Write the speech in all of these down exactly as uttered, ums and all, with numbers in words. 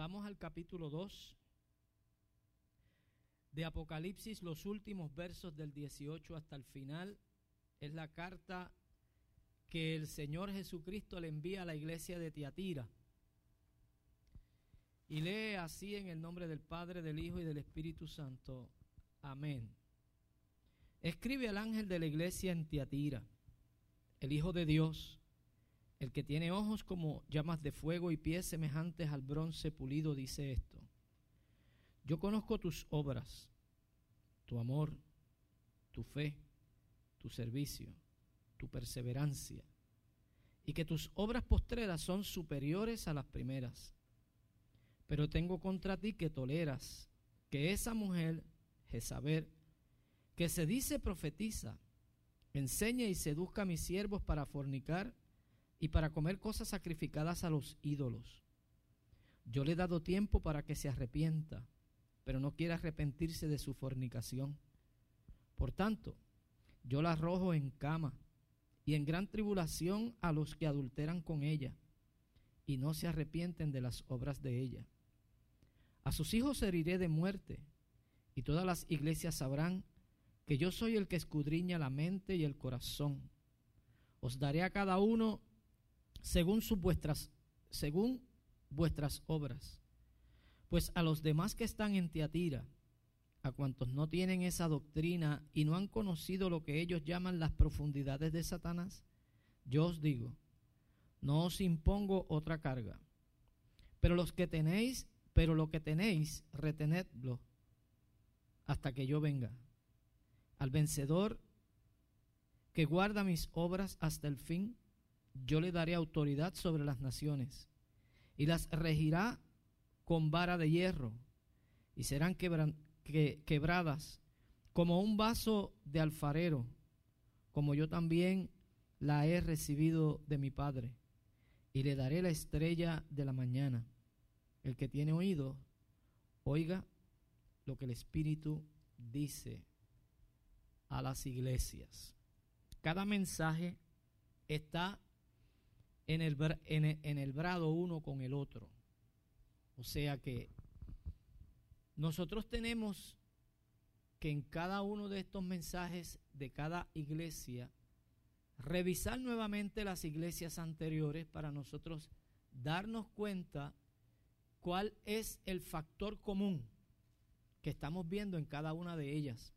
Vamos al capítulo dos de Apocalipsis, los últimos versos del dieciocho hasta el final. Es la carta que el Señor Jesucristo le envía a la iglesia de Tiatira. Y lee así en el nombre del Padre, del Hijo y del Espíritu Santo. Amén. Escribe al ángel de la iglesia en Tiatira, el Hijo de Dios, el que tiene ojos como llamas de fuego y pies semejantes al bronce pulido, dice esto: yo conozco tus obras, tu amor, tu fe, tu servicio, tu perseverancia, y que tus obras postreras son superiores a las primeras. Pero tengo contra ti que toleras que esa mujer, Jezabel, que se dice profetiza, enseña y seduzca a mis siervos para fornicar y para comer cosas sacrificadas a los ídolos. Yo le he dado tiempo para que se arrepienta, pero no quiere arrepentirse de su fornicación. Por tanto, yo la arrojo en cama y en gran tribulación a los que adulteran con ella y no se arrepienten de las obras de ella. A sus hijos heriré de muerte, y todas las iglesias sabrán que yo soy el que escudriña la mente y el corazón. Os daré a cada uno según sus vuestras, según vuestras obras. Pues a los demás que están en Tiatira, a cuantos no tienen esa doctrina y no han conocido lo que ellos llaman las profundidades de Satanás, yo os digo, no os impongo otra carga. Pero los que tenéis, pero lo que tenéis, retenedlo hasta que yo venga. Al vencedor que guarda mis obras hasta el fin, yo le daré autoridad sobre las naciones y las regirá con vara de hierro, y serán quebran, que, quebradas como un vaso de alfarero, como yo también la he recibido de mi Padre, y le daré la estrella de la mañana. El que tiene oído, oiga lo que el Espíritu dice a las iglesias. Cada mensaje está en el, en el, en el brado uno con el otro. O sea que nosotros tenemos que en cada uno de estos mensajes de cada iglesia revisar nuevamente las iglesias anteriores para nosotros darnos cuenta cuál es el factor común que estamos viendo en cada una de ellas.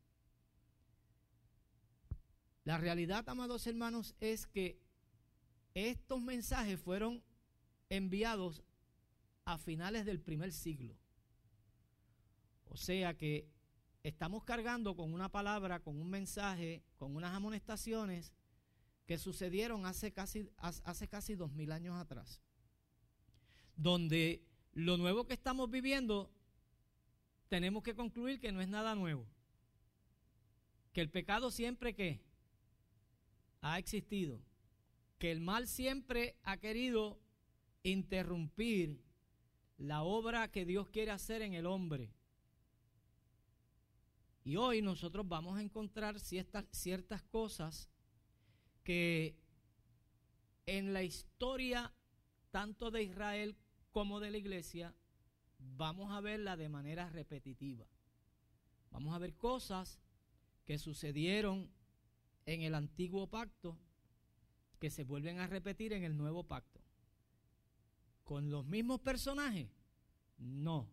La realidad, amados hermanos, es que estos mensajes fueron enviados a finales del primer siglo. O sea que estamos cargando con una palabra, con un mensaje, con unas amonestaciones que sucedieron hace casi, hace casi dos mil años atrás. Donde lo nuevo que estamos viviendo, tenemos que concluir que no es nada nuevo. Que el pecado siempre ¿qué? Ha existido. Que el mal siempre ha querido interrumpir la obra que Dios quiere hacer en el hombre. Y hoy nosotros vamos a encontrar ciertas, ciertas cosas que en la historia tanto de Israel como de la iglesia vamos a verla de manera repetitiva. Vamos a ver cosas que sucedieron en el antiguo pacto que se vuelven a repetir en el nuevo pacto. ¿Con los mismos personajes? No.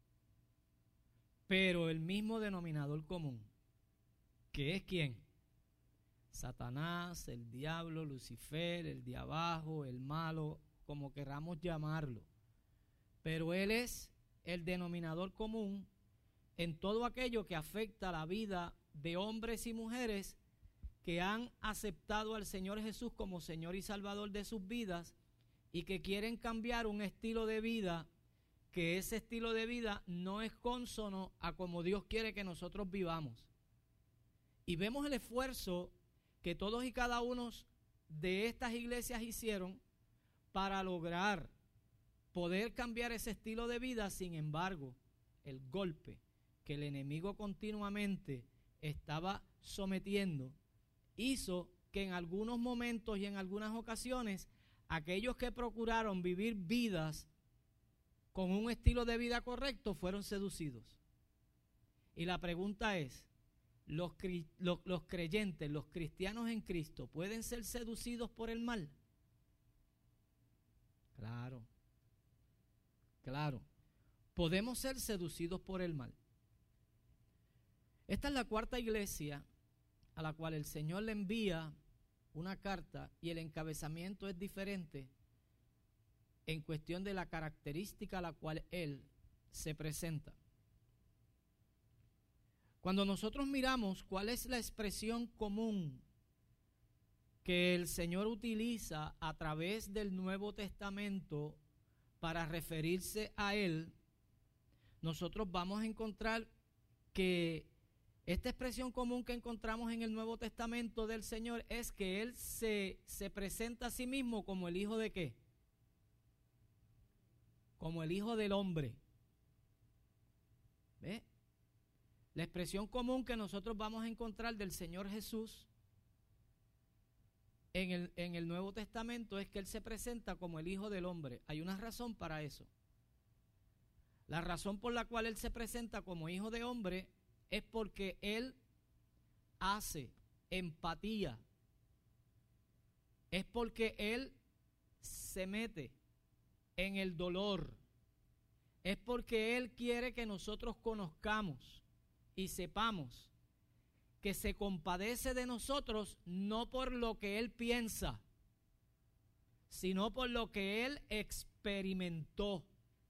Pero el mismo denominador común, que es ¿quién? Satanás, el diablo, Lucifer, el de abajo, el malo, como queramos llamarlo. Pero él es el denominador común en todo aquello que afecta la vida de hombres y mujeres que han aceptado al Señor Jesús como Señor y Salvador de sus vidas y que quieren cambiar un estilo de vida, que ese estilo de vida no es cónsono a como Dios quiere que nosotros vivamos. Y vemos el esfuerzo que todos y cada uno de estas iglesias hicieron para lograr poder cambiar ese estilo de vida. Sin embargo, el golpe que el enemigo continuamente estaba sometiendo hizo que en algunos momentos y en algunas ocasiones aquellos que procuraron vivir vidas con un estilo de vida correcto fueron seducidos. Y la pregunta es, ¿los, los, los creyentes, los cristianos en Cristo, pueden ser seducidos por el mal? Claro, claro, podemos ser seducidos por el mal. Esta es la cuarta iglesia a la cual el Señor le envía una carta y el encabezamiento es diferente en cuestión de la característica a la cual Él se presenta. Cuando nosotros miramos cuál es la expresión común que el Señor utiliza a través del Nuevo Testamento para referirse a Él, nosotros vamos a encontrar que esta expresión común que encontramos en el Nuevo Testamento del Señor es que Él se, se presenta a sí mismo como el Hijo de ¿qué? Como el Hijo del Hombre. ¿Ve? La expresión común que nosotros vamos a encontrar del Señor Jesús en el, en el Nuevo Testamento es que Él se presenta como el Hijo del Hombre. Hay una razón para eso. La razón por la cual Él se presenta como Hijo de Hombre es porque Él hace empatía. Es porque Él se mete en el dolor. Es porque Él quiere que nosotros conozcamos y sepamos que se compadece de nosotros no por lo que Él piensa, sino por lo que Él experimentó.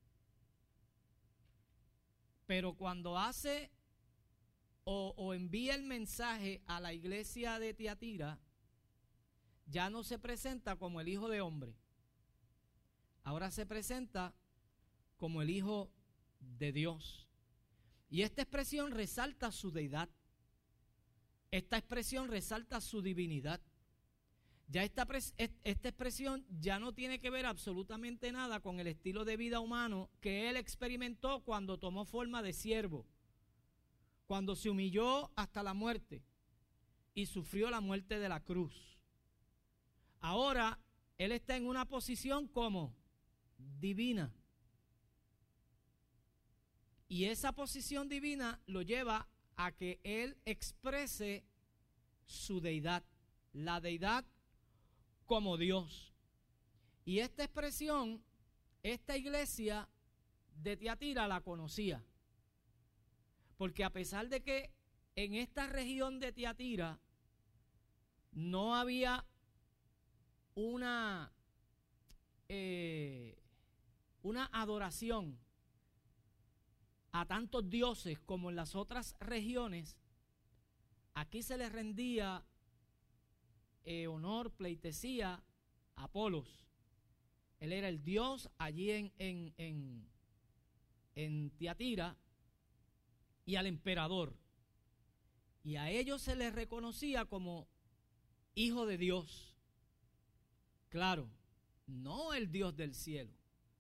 Pero cuando hace o, o envía el mensaje a la iglesia de Tiatira, ya no se presenta como el Hijo de Hombre. Ahora se presenta como el Hijo de Dios. Y esta expresión resalta su deidad. Esta expresión resalta su divinidad. Ya esta, esta expresión ya no tiene que ver absolutamente nada con el estilo de vida humano que Él experimentó cuando tomó forma de siervo, cuando se humilló hasta la muerte y sufrió la muerte de la cruz. Ahora Él está en una posición como divina. Y esa posición divina lo lleva a que Él exprese su deidad, la deidad como Dios. Y esta expresión, esta iglesia de Tiatira la conocía. Porque a pesar de que en esta región de Tiatira no había una, eh, una adoración a tantos dioses como en las otras regiones, aquí se les rendía eh, honor, pleitesía a Apolos. Él era el dios allí en, en, en, en Tiatira, y al emperador. Y a ellos se les reconocía como hijo de Dios. Claro, no el Dios del cielo,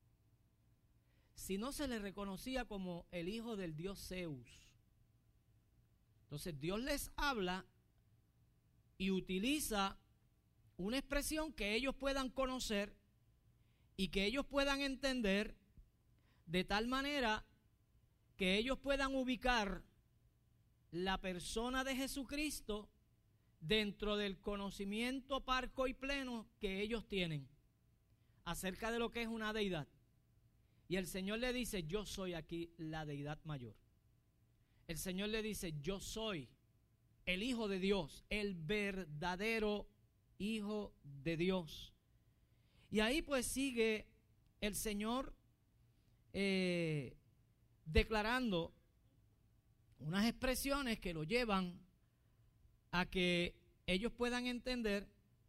sino se le reconocía como el hijo del dios Zeus. Entonces Dios les habla y utiliza una expresión que ellos puedan conocer y que ellos puedan entender, de tal manera que ellos puedan ubicar la persona de Jesucristo dentro del conocimiento parco y pleno que ellos tienen acerca de lo que es una deidad. Y el Señor le dice, yo soy aquí la deidad mayor. El Señor le dice, yo soy el Hijo de Dios, el verdadero Hijo de Dios. Y ahí pues sigue el Señor eh, declarando unas expresiones que lo llevan a que ellos puedan entender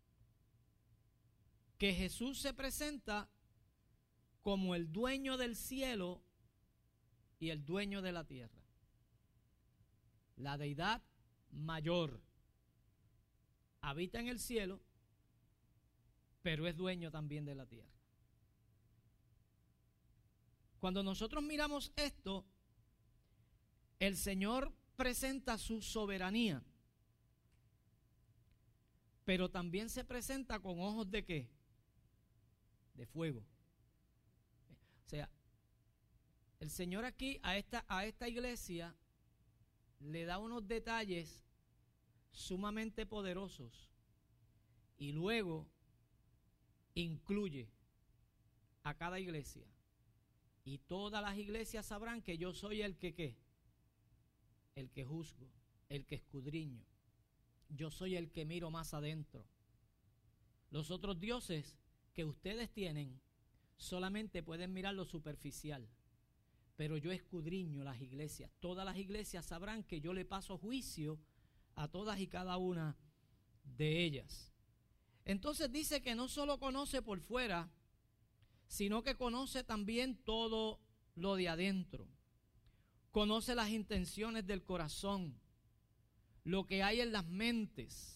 que Jesús se presenta como el dueño del cielo y el dueño de la tierra. La deidad mayor habita en el cielo, pero es dueño también de la tierra. Cuando nosotros miramos esto, el Señor presenta su soberanía, pero también se presenta con ojos de ¿qué? De fuego. O sea, el Señor aquí a esta, a esta iglesia le da unos detalles sumamente poderosos y luego incluye a cada iglesia. Y todas las iglesias sabrán que yo soy el que ¿qué? El que juzgo, el que escudriño. Yo soy el que miro más adentro. Los otros dioses que ustedes tienen solamente pueden mirar lo superficial, pero yo escudriño las iglesias. Todas las iglesias sabrán que yo le paso juicio a todas y cada una de ellas. Entonces dice que no solo conoce por fuera, sino que conoce también todo lo de adentro. Conoce las intenciones del corazón, lo que hay en las mentes.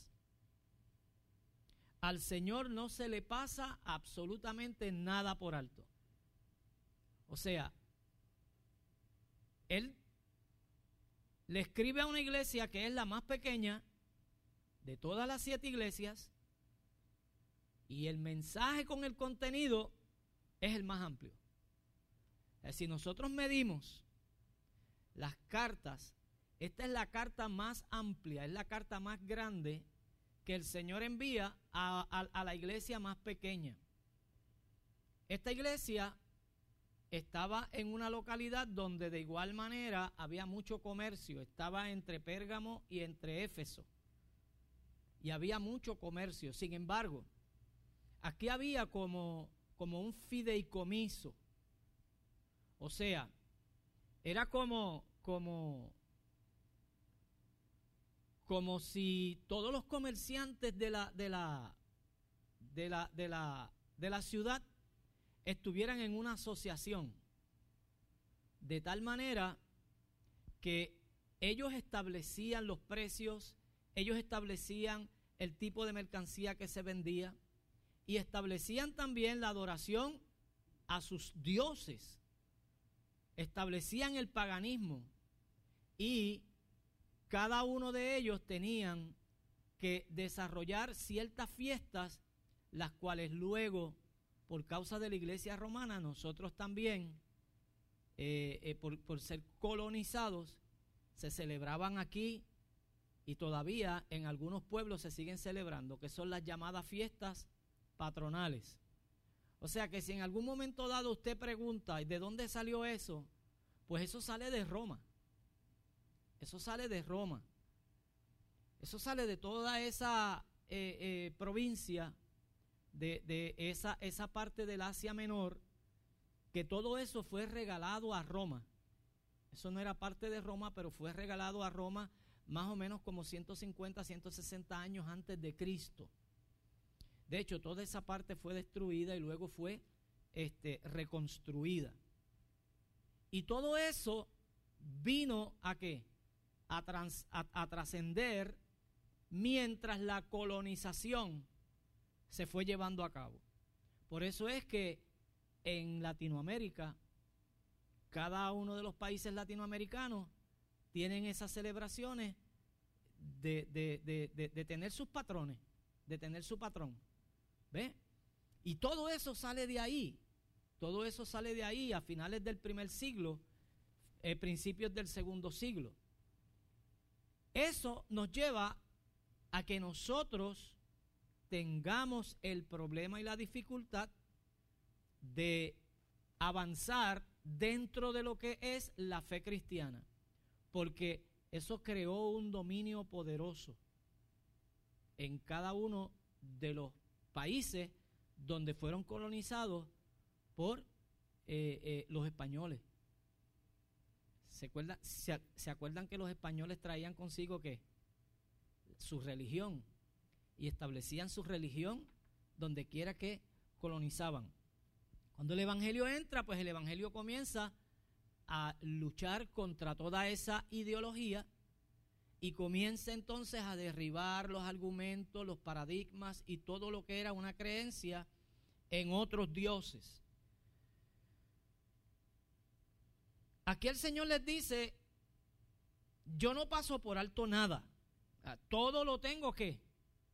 Al Señor no se le pasa absolutamente nada por alto. O sea, Él le escribe a una iglesia que es la más pequeña de todas las siete iglesias, y el mensaje con el contenido es el más amplio. Si nosotros medimos las cartas, esta es la carta más amplia, es la carta más grande que el Señor envía a, a, a la iglesia más pequeña. Esta iglesia estaba en una localidad donde de igual manera había mucho comercio, estaba entre Pérgamo y entre Éfeso, y había mucho comercio. Sin embargo, aquí había como, como un fideicomiso, o sea, era como, como, como si todos los comerciantes de la, de la, de la, de la, de la ciudad estuvieran en una asociación, de tal manera que ellos establecían los precios, ellos establecían el tipo de mercancía que se vendía y establecían también la adoración a sus dioses, establecían el paganismo, y cada uno de ellos tenían que desarrollar ciertas fiestas, las cuales luego, por causa de la iglesia romana, nosotros también, eh, eh, por, por ser colonizados, se celebraban aquí y todavía en algunos pueblos se siguen celebrando, que son las llamadas fiestas patronales. O sea que si en algún momento dado usted pregunta, ¿de dónde salió eso? Pues eso sale de Roma. Eso sale de Roma. Eso sale de toda esa eh, eh, provincia, de, de esa, esa parte del Asia Menor, que todo eso fue regalado a Roma. Eso no era parte de Roma, pero fue regalado a Roma más o menos como ciento cincuenta, ciento sesenta años antes de Cristo. De hecho, toda esa parte fue destruida y luego fue este, reconstruida. Y todo eso vino a ¿qué? A, trans, a, a trascender mientras la colonización se fue llevando a cabo. Por eso es que en Latinoamérica, cada uno de los países latinoamericanos tienen esas celebraciones de, de, de, de, de tener sus patrones, de tener su patrón. ¿Ve? Y todo eso sale de ahí, todo eso sale de ahí a finales del primer siglo, eh, principios del segundo siglo. Eso nos lleva a que nosotros tengamos el problema y la dificultad de avanzar dentro de lo que es la fe cristiana, porque eso creó un dominio poderoso en cada uno de los países donde fueron colonizados por eh, eh, los españoles. ¿Se acuerdan, se, ¿Se acuerdan que los españoles traían consigo qué? Su religión, y establecían su religión donde quiera que colonizaban? Cuando el evangelio entra, pues el evangelio comienza a luchar contra toda esa ideología y comienza entonces a derribar los argumentos, los paradigmas y todo lo que era una creencia en otros dioses. Aquí el Señor les dice, yo no paso por alto nada, todo lo tengo ¿qué?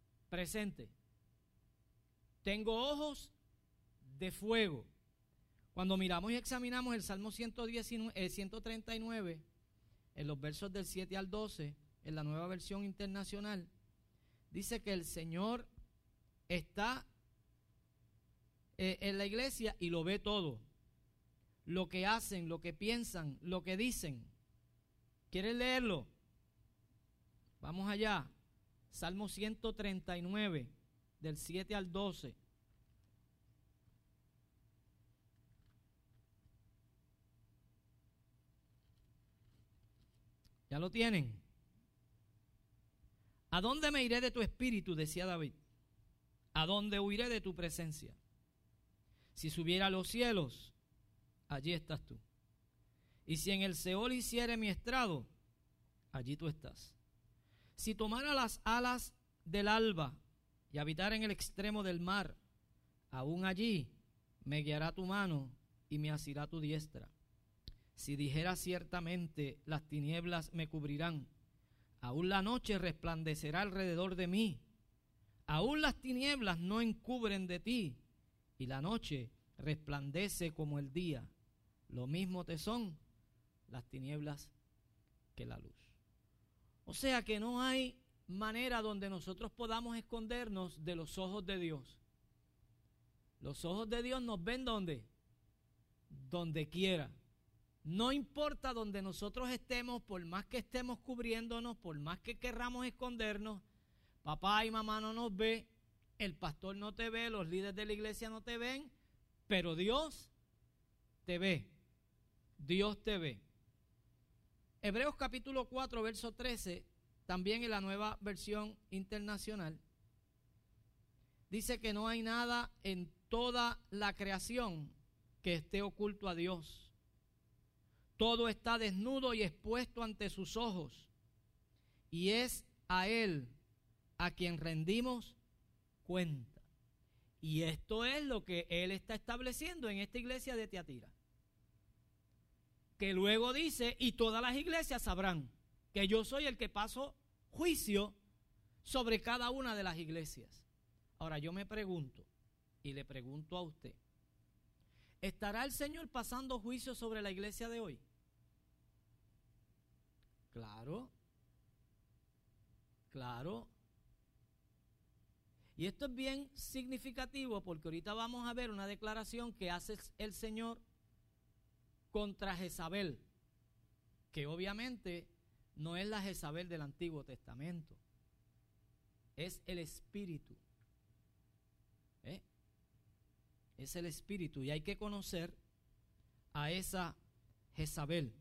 Presente. Tengo ojos de fuego. Cuando miramos y examinamos el Salmo ciento diecinueve, eh, ciento treinta y nueve, en los versos del siete al doce, en la Nueva Versión Internacional, dice que el Señor está eh, en la iglesia y lo ve todo. Lo que hacen, lo que piensan, lo que dicen. ¿Quieren leerlo? Vamos allá. Salmo ciento treinta y nueve, del siete al doce. ¿Ya lo tienen? ¿A dónde me iré de tu espíritu?, decía David. ¿A dónde huiré de tu presencia? Si subiera a los cielos, allí estás tú. Y si en el Seol hiciere mi estrado, allí tú estás. Si tomara las alas del alba y habitara en el extremo del mar, aún allí me guiará tu mano y me asirá tu diestra. Si dijera ciertamente las tinieblas me cubrirán, aún la noche resplandecerá alrededor de mí. Aún las tinieblas no encubren de ti, y la noche resplandece como el día. Lo mismo te son las tinieblas que la luz. O sea que no hay manera donde nosotros podamos escondernos de los ojos de Dios. Los ojos de Dios nos ven donde, donde quiera. No importa donde nosotros estemos, por más que estemos cubriéndonos, por más que querramos escondernos, papá y mamá no nos ve, el pastor no te ve, los líderes de la iglesia no te ven, pero Dios te ve. Dios te ve. Hebreos capítulo cuatro, verso trece, también en la Nueva Versión Internacional, dice que no hay nada en toda la creación que esté oculto a Dios. Todo está desnudo y expuesto ante sus ojos, y es a Él a quien rendimos cuenta. Y esto es lo que Él está estableciendo en esta iglesia de Tiatira. Que luego dice, y todas las iglesias sabrán que yo soy el que paso juicio sobre cada una de las iglesias. Ahora yo me pregunto, y le pregunto a usted, ¿estará el Señor pasando juicio sobre la iglesia de hoy? Claro, claro. Y esto es bien significativo porque ahorita vamos a ver una declaración que hace el Señor contra Jezabel, que obviamente no es la Jezabel del Antiguo Testamento, es el espíritu. ¿Eh? Es el espíritu y hay que conocer a esa Jezabel.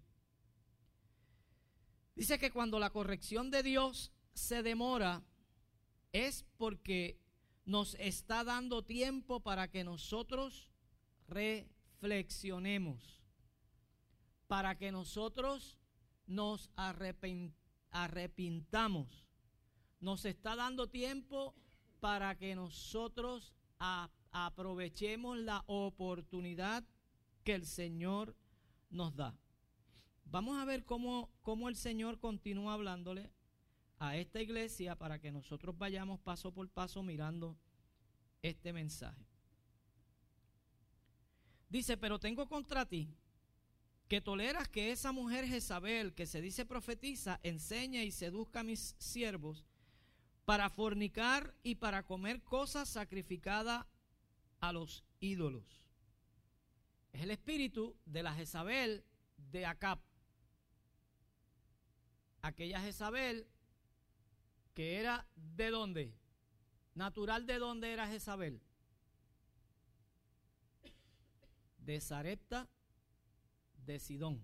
Dice que cuando la corrección de Dios se demora es porque nos está dando tiempo para que nosotros reflexionemos, para que nosotros nos arrepintamos. Nos está dando tiempo para que nosotros a, aprovechemos la oportunidad que el Señor nos da. Vamos a ver cómo, cómo el Señor continúa hablándole a esta iglesia para que nosotros vayamos paso por paso mirando este mensaje. Dice, pero tengo contra ti que toleras que esa mujer Jezabel, que se dice profetiza, enseña y seduzca a mis siervos para fornicar y para comer cosas sacrificadas a los ídolos. Es el espíritu de la Jezabel de Acab. Aquella Jezabel que era ¿de dónde? Natural, ¿de dónde era Jezabel? De Sarepta de Sidón.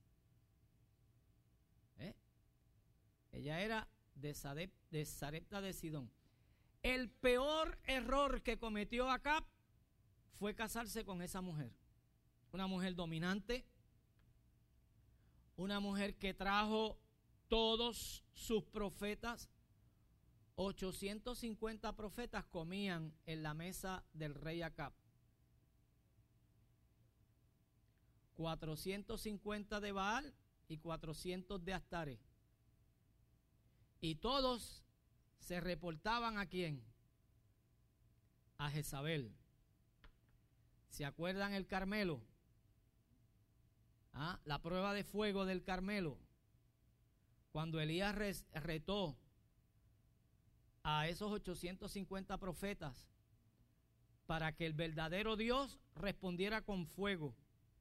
¿Eh? Ella era de, Sarep, de Sarepta de Sidón. El peor error que cometió Acab fue casarse con esa mujer. Una mujer dominante, una mujer que trajo todos sus profetas. ochocientos cincuenta profetas comían en la mesa del rey Acab. cuatrocientos cincuenta de Baal y cuatrocientos de Astare. Y todos se reportaban ¿a quién? A Jezabel. ¿Se acuerdan el Carmelo? ¿Ah? La prueba de fuego del Carmelo, cuando Elías retó a esos ochocientos cincuenta profetas para que el verdadero Dios respondiera con fuego.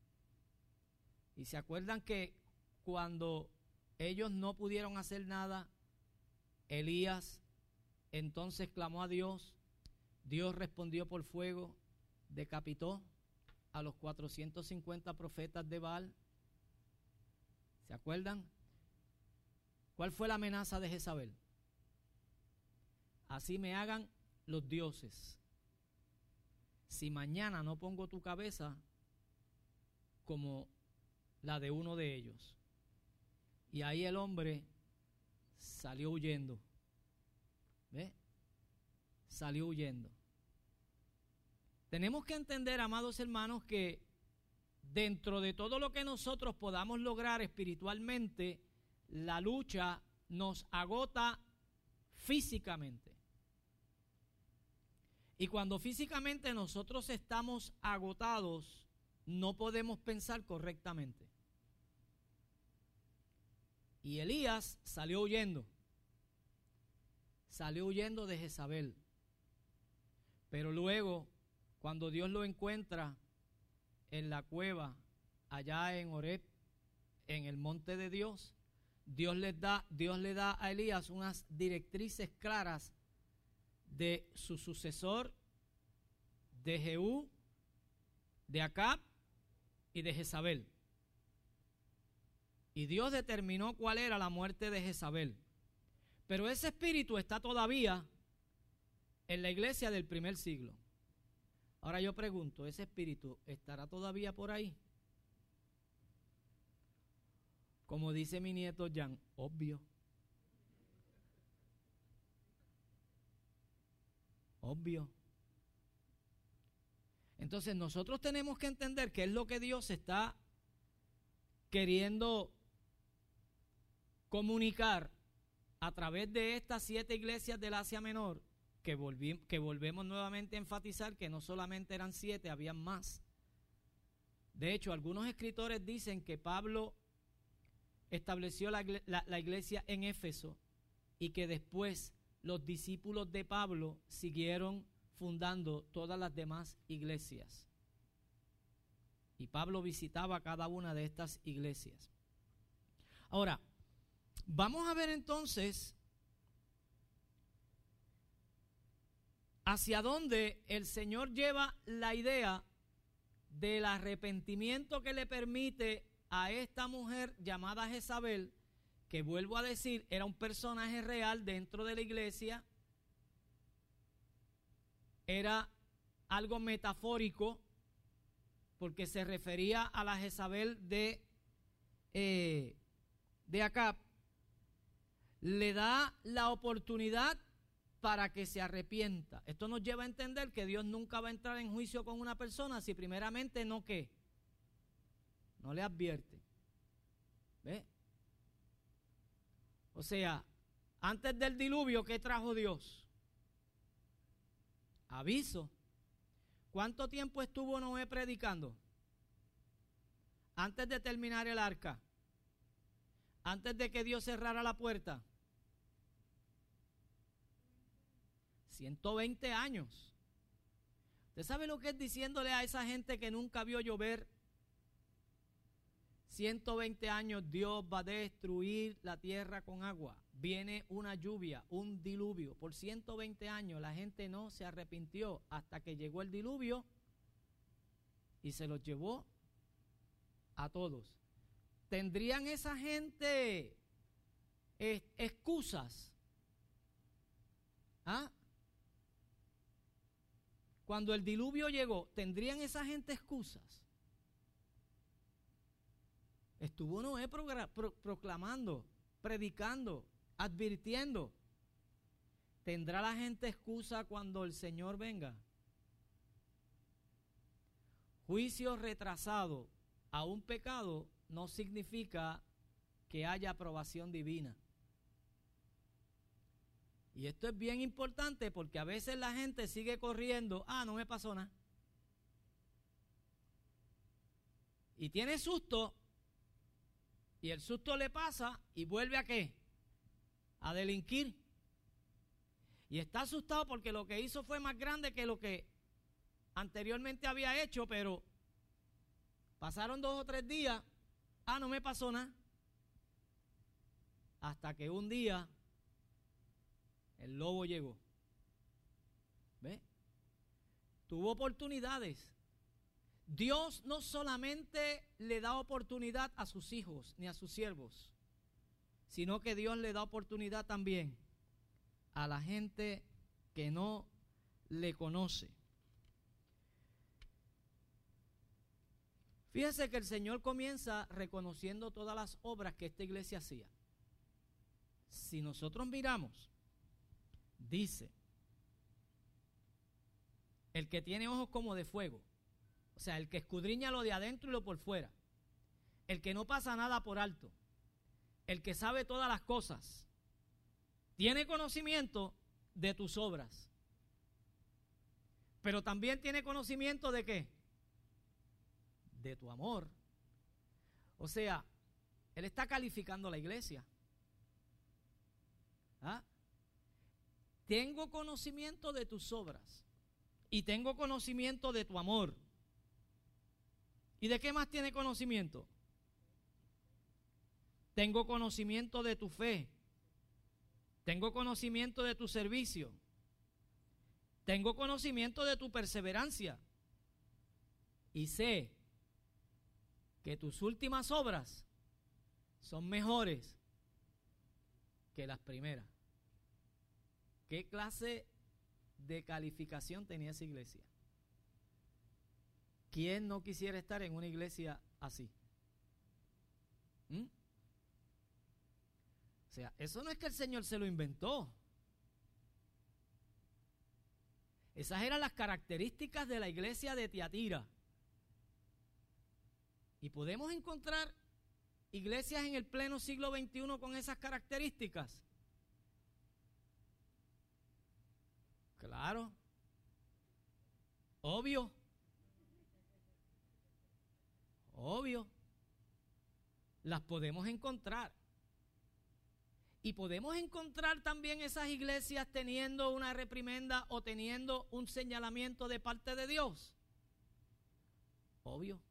Y se acuerdan que cuando ellos no pudieron hacer nada, Elías entonces clamó a Dios, Dios respondió por fuego, decapitó a los cuatrocientos cincuenta profetas de Baal. ¿Se acuerdan? ¿Cuál fue la amenaza de Jezabel? Así me hagan los dioses, si mañana no pongo tu cabeza como la de uno de ellos. Y ahí el hombre salió huyendo. ¿Ve? Salió huyendo. Tenemos que entender, amados hermanos, que dentro de todo lo que nosotros podamos lograr espiritualmente, la lucha nos agota físicamente. Y cuando físicamente nosotros estamos agotados, no podemos pensar correctamente. Y Elías salió huyendo. Salió huyendo de Jezabel. Pero luego, cuando Dios lo encuentra en la cueva, allá en Horeb, en el monte de Dios, Dios les da, Dios le da a Elías unas directrices claras de su sucesor, de Jehú, de Acab y de Jezabel. Y Dios determinó cuál era la muerte de Jezabel. Pero ese espíritu está todavía en la iglesia del primer siglo. Ahora yo pregunto, ¿ese espíritu estará todavía por ahí? Como dice mi nieto Jan, obvio. Obvio. Entonces nosotros tenemos que entender qué es lo que Dios está queriendo comunicar a través de estas siete iglesias del Asia Menor, que, volví, que volvemos nuevamente a enfatizar que no solamente eran siete, habían más. De hecho, algunos escritores dicen que Pablo estableció la, la, la iglesia en Éfeso y que después los discípulos de Pablo siguieron fundando todas las demás iglesias. Y Pablo visitaba cada una de estas iglesias. Ahora, vamos a ver entonces hacia dónde el Señor lleva la idea del arrepentimiento que le permite a esta mujer llamada Jezabel, que vuelvo a decir, era un personaje real dentro de la iglesia, era algo metafórico, porque se refería a la Jezabel de, eh, de Acab. Le da la oportunidad para que se arrepienta. Esto nos lleva a entender que Dios nunca va a entrar en juicio con una persona si primeramente no ¿qué? No le advierte. ¿Ve? O sea, antes del diluvio, ¿qué trajo Dios? Aviso. ¿Cuánto tiempo estuvo Noé predicando? Antes de terminar el arca. Antes de que Dios cerrara la puerta. ciento veinte años. ¿Usted sabe lo que es diciéndole a esa gente que nunca vio llover? ciento veinte años Dios va a destruir la tierra con agua. Viene una lluvia, un diluvio. Por ciento veinte años la gente no se arrepintió hasta que llegó el diluvio y se los llevó a todos. ¿Tendrían esa gente eh, excusas? ¿Ah? Cuando el diluvio llegó, ¿tendrían esa gente excusas? Estuvo Noé pro, pro, proclamando, predicando, advirtiendo. ¿Tendrá la gente excusa cuando el Señor venga? Juicio retrasado a un pecado no significa que haya aprobación divina. Y esto es bien importante porque a veces la gente sigue corriendo, ah, no me pasó nada. Y tiene susto Y el susto le pasa y vuelve a ¿qué? A delinquir. Y está asustado porque lo que hizo fue más grande que lo que anteriormente había hecho, pero pasaron dos o tres días, ah, no me pasó nada. Hasta que un día el lobo llegó. ¿Ve? Tuvo oportunidades. Dios no solamente le da oportunidad a sus hijos ni a sus siervos, sino que Dios le da oportunidad también a la gente que no le conoce. Fíjese que el Señor comienza reconociendo todas las obras que esta iglesia hacía. Si nosotros miramos, dice, el que tiene ojos como de fuego, o sea, el que escudriña lo de adentro y lo por fuera, el que no pasa nada por alto, el que sabe todas las cosas, tiene conocimiento de tus obras, pero también tiene conocimiento de ¿qué? De tu amor. O sea, Él está calificando la iglesia. ¿Ah? Tengo conocimiento de tus obras y tengo conocimiento de tu amor. ¿Y de qué más tiene conocimiento? Tengo conocimiento de tu fe. Tengo conocimiento de tu servicio. Tengo conocimiento de tu perseverancia. Y sé que tus últimas obras son mejores que las primeras. ¿Qué clase de calificación tenía esa iglesia? ¿Quién no quisiera estar en una iglesia así? ¿Mm? O sea, eso no es que el Señor se lo inventó. Esas eran las características de la iglesia de Tiatira. Y podemos encontrar iglesias en el pleno siglo veintiuno con esas características. Claro. Obvio. Obvio. Las podemos encontrar. Y podemos encontrar también esas iglesias teniendo una reprimenda o teniendo un señalamiento de parte de Dios. Obvio.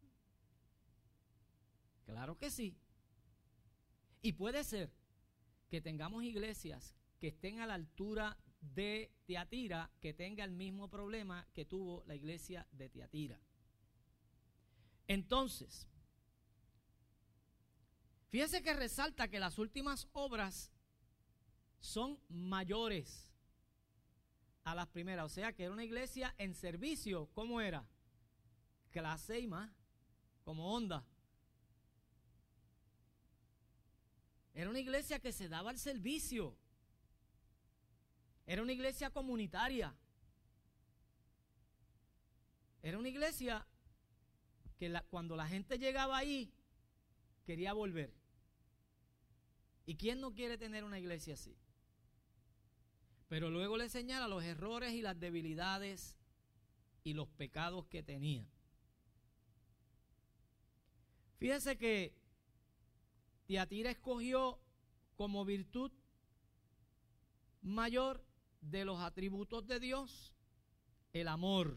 Claro que sí. Y puede ser que tengamos iglesias que estén a la altura de Tiatira, que tenga el mismo problema que tuvo la iglesia de Tiatira. Entonces, fíjese que resalta que las últimas obras son mayores a las primeras. O sea, que era una iglesia en servicio. ¿Cómo era? Clase y más, como onda. Era una iglesia que se daba al servicio. Era una iglesia comunitaria. Era una iglesia que la, cuando la gente llegaba ahí, quería volver. ¿Y quién no quiere tener una iglesia así? Pero luego le señala los errores y las debilidades y los pecados que tenía. Fíjese que Tiatira escogió como virtud mayor de los atributos de Dios el amor.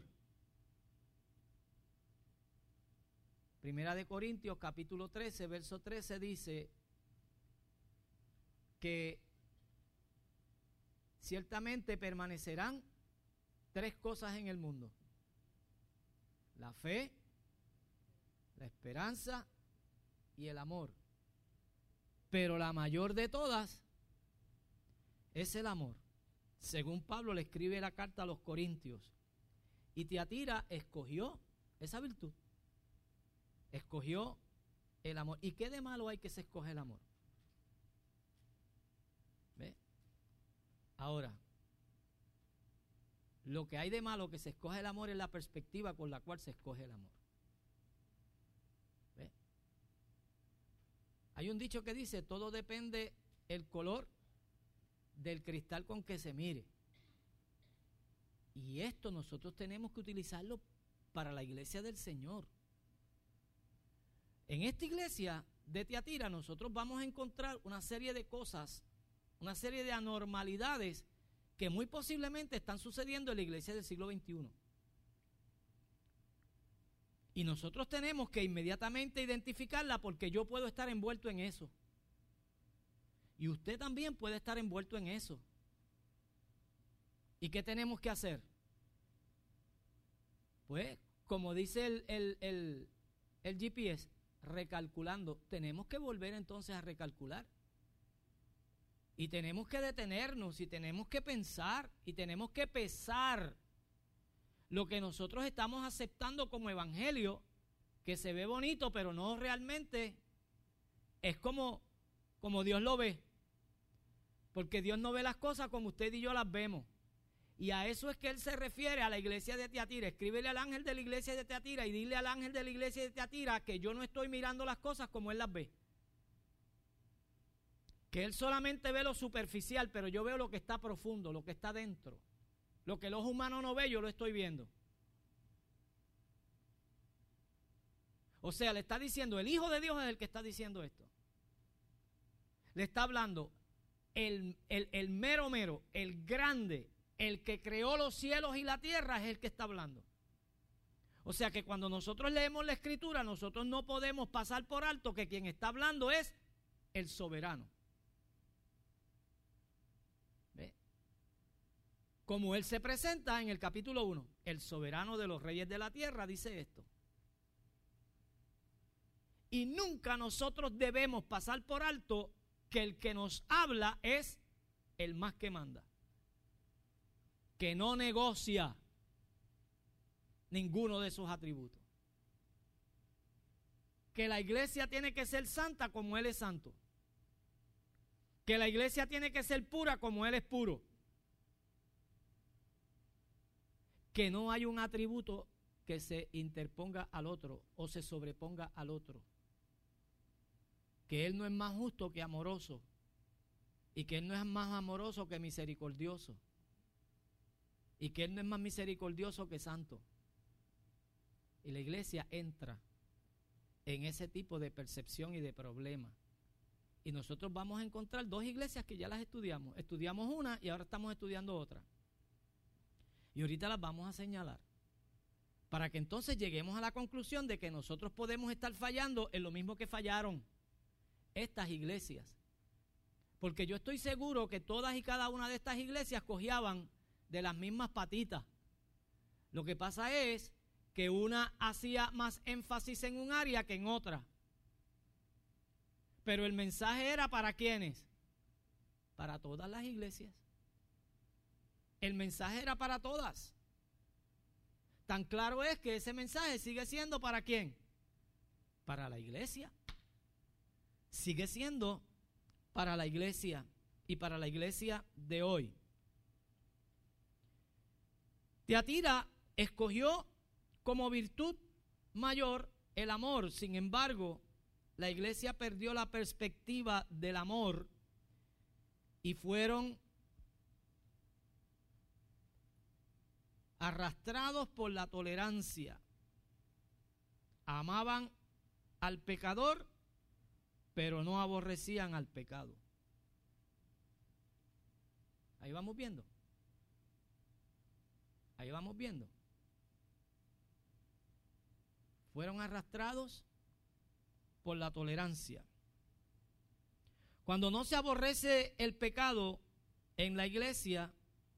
Primera de Corintios capítulo trece, verso trece dice que ciertamente permanecerán tres cosas en el mundo: la fe, la esperanza y el amor. Pero la mayor de todas es el amor. Según Pablo le escribe la carta a los Corintios. Y Tiatira escogió esa virtud. Escogió el amor. ¿Y qué de malo hay que se escoge el amor? ¿Ve? Ahora, lo que hay de malo que se escoge el amor es la perspectiva con la cual se escoge el amor. ¿Ve? Hay un dicho que dice, todo depende el color del cristal con que se mire. Y esto nosotros tenemos que utilizarlo para la iglesia del Señor. En esta iglesia de Tiatira, nosotros vamos a encontrar una serie de cosas, una serie de anormalidades que muy posiblemente están sucediendo en la iglesia del siglo veintiuno. Y nosotros tenemos que inmediatamente identificarla, porque yo puedo estar envuelto en eso. Y usted también puede estar envuelto en eso. ¿Y qué tenemos que hacer? Pues, como dice el, el, el, el G P S, recalculando. Tenemos que volver entonces a recalcular. Y tenemos que detenernos, y tenemos que pensar, y tenemos que pesar lo que nosotros estamos aceptando como evangelio, que se ve bonito, pero no realmente es como, como Dios lo ve. Porque Dios no ve las cosas como usted y yo las vemos. Y a eso es que Él se refiere a la iglesia de Tiatira. Escríbele al ángel de la iglesia de Tiatira y dile al ángel de la iglesia de Tiatira que yo no estoy mirando las cosas como Él las ve. Que Él solamente ve lo superficial, pero yo veo lo que está profundo, lo que está dentro. Lo que el ojo humano no ve, yo lo estoy viendo. O sea, le está diciendo, el Hijo de Dios es el que está diciendo esto. Le está hablando el, el, el mero mero, el grande, el que creó los cielos y la tierra, es el que está hablando. O sea que cuando nosotros leemos la Escritura, nosotros no podemos pasar por alto que quien está hablando es el soberano. ¿Ve? Como Él se presenta en el capítulo uno, el soberano de los reyes de la tierra, dice esto. Y nunca nosotros debemos pasar por alto que el que nos habla es el más que manda, que no negocia ninguno de sus atributos, que la iglesia tiene que ser santa como Él es santo, que la iglesia tiene que ser pura como Él es puro, que no hay un atributo que se interponga al otro o se sobreponga al otro, que Él no es más justo que amoroso y que Él no es más amoroso que misericordioso y que Él no es más misericordioso que santo. Y la iglesia entra en ese tipo de percepción y de problema. Y nosotros vamos a encontrar dos iglesias que ya las estudiamos. Estudiamos una y ahora estamos estudiando otra. Y ahorita las vamos a señalar, para que entonces lleguemos a la conclusión de que nosotros podemos estar fallando en lo mismo que fallaron estas iglesias. Porque yo estoy seguro que todas y cada una de estas iglesias cojeaban de las mismas patitas. Lo que pasa es que una hacía más énfasis en un área que en otra. Pero el mensaje era ¿para quiénes? Para todas las iglesias. El mensaje era para todas. Tan claro es que ese mensaje sigue siendo ¿para quién? Para la iglesia. Sigue siendo para la iglesia y para la iglesia de hoy. Tiatira escogió como virtud mayor el amor. Sin embargo, la iglesia perdió la perspectiva del amor y fueron arrastrados por la tolerancia. Amaban al pecador, pero no aborrecían al pecado. Ahí vamos viendo. Ahí vamos viendo. Fueron arrastrados por la tolerancia. Cuando no se aborrece el pecado en la iglesia,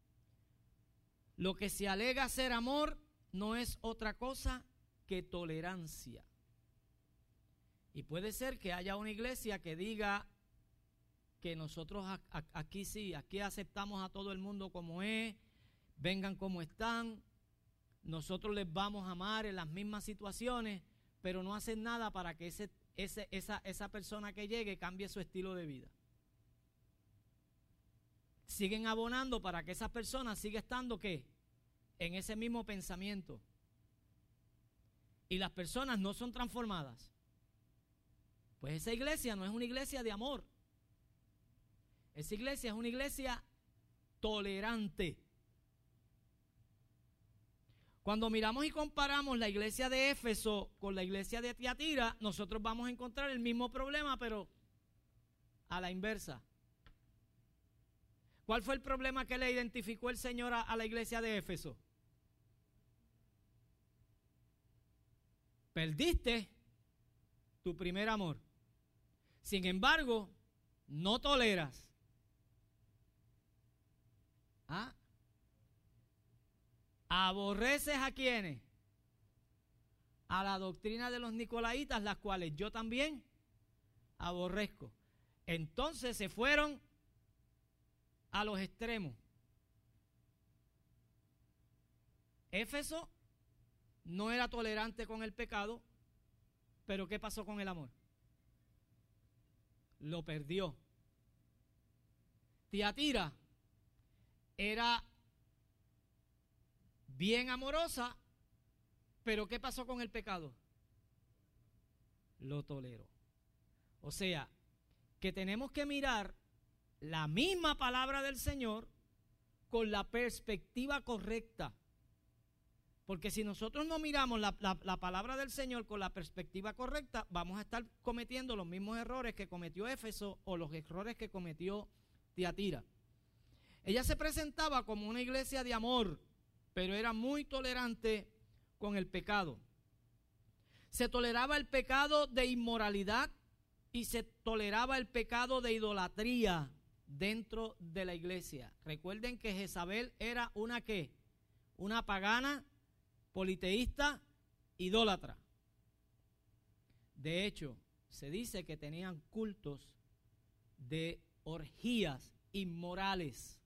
lo que se alega ser amor no es otra cosa que tolerancia. Y puede ser que haya una iglesia que diga que nosotros aquí sí, aquí aceptamos a todo el mundo como es, vengan como están, nosotros les vamos a amar en las mismas situaciones, pero no hacen nada para que ese, ese, esa, esa persona que llegue cambie su estilo de vida. Siguen abonando para que esa persona siga estando ¿qué? En ese mismo pensamiento. Y las personas no son transformadas. Pues esa iglesia no es una iglesia de amor. Esa iglesia es una iglesia tolerante. Cuando miramos y comparamos la iglesia de Éfeso con la iglesia de Tiatira, nosotros vamos a encontrar el mismo problema, pero a la inversa. ¿Cuál fue el problema que le identificó el Señor a, a la iglesia de Éfeso? Perdiste tu primer amor. Sin embargo, no toleras. ¿Ah? ¿Aborreces a quiénes? A la doctrina de los nicolaitas, las cuales yo también aborrezco. Entonces se fueron a los extremos. Éfeso no era tolerante con el pecado, pero ¿qué pasó con el amor? Lo perdió. Tiatira era bien amorosa, pero ¿qué pasó con el pecado? Lo toleró. O sea, que tenemos que mirar la misma palabra del Señor con la perspectiva correcta. Porque si nosotros no miramos la, la, la palabra del Señor con la perspectiva correcta, vamos a estar cometiendo los mismos errores que cometió Éfeso o los errores que cometió Tiatira. Ella se presentaba como una iglesia de amor, pero era muy tolerante con el pecado. Se toleraba el pecado de inmoralidad y se toleraba el pecado de idolatría dentro de la iglesia. Recuerden que Jezabel era una ¿qué? Una pagana, politeísta, idólatra. De hecho, se dice que tenían cultos de orgías inmorales.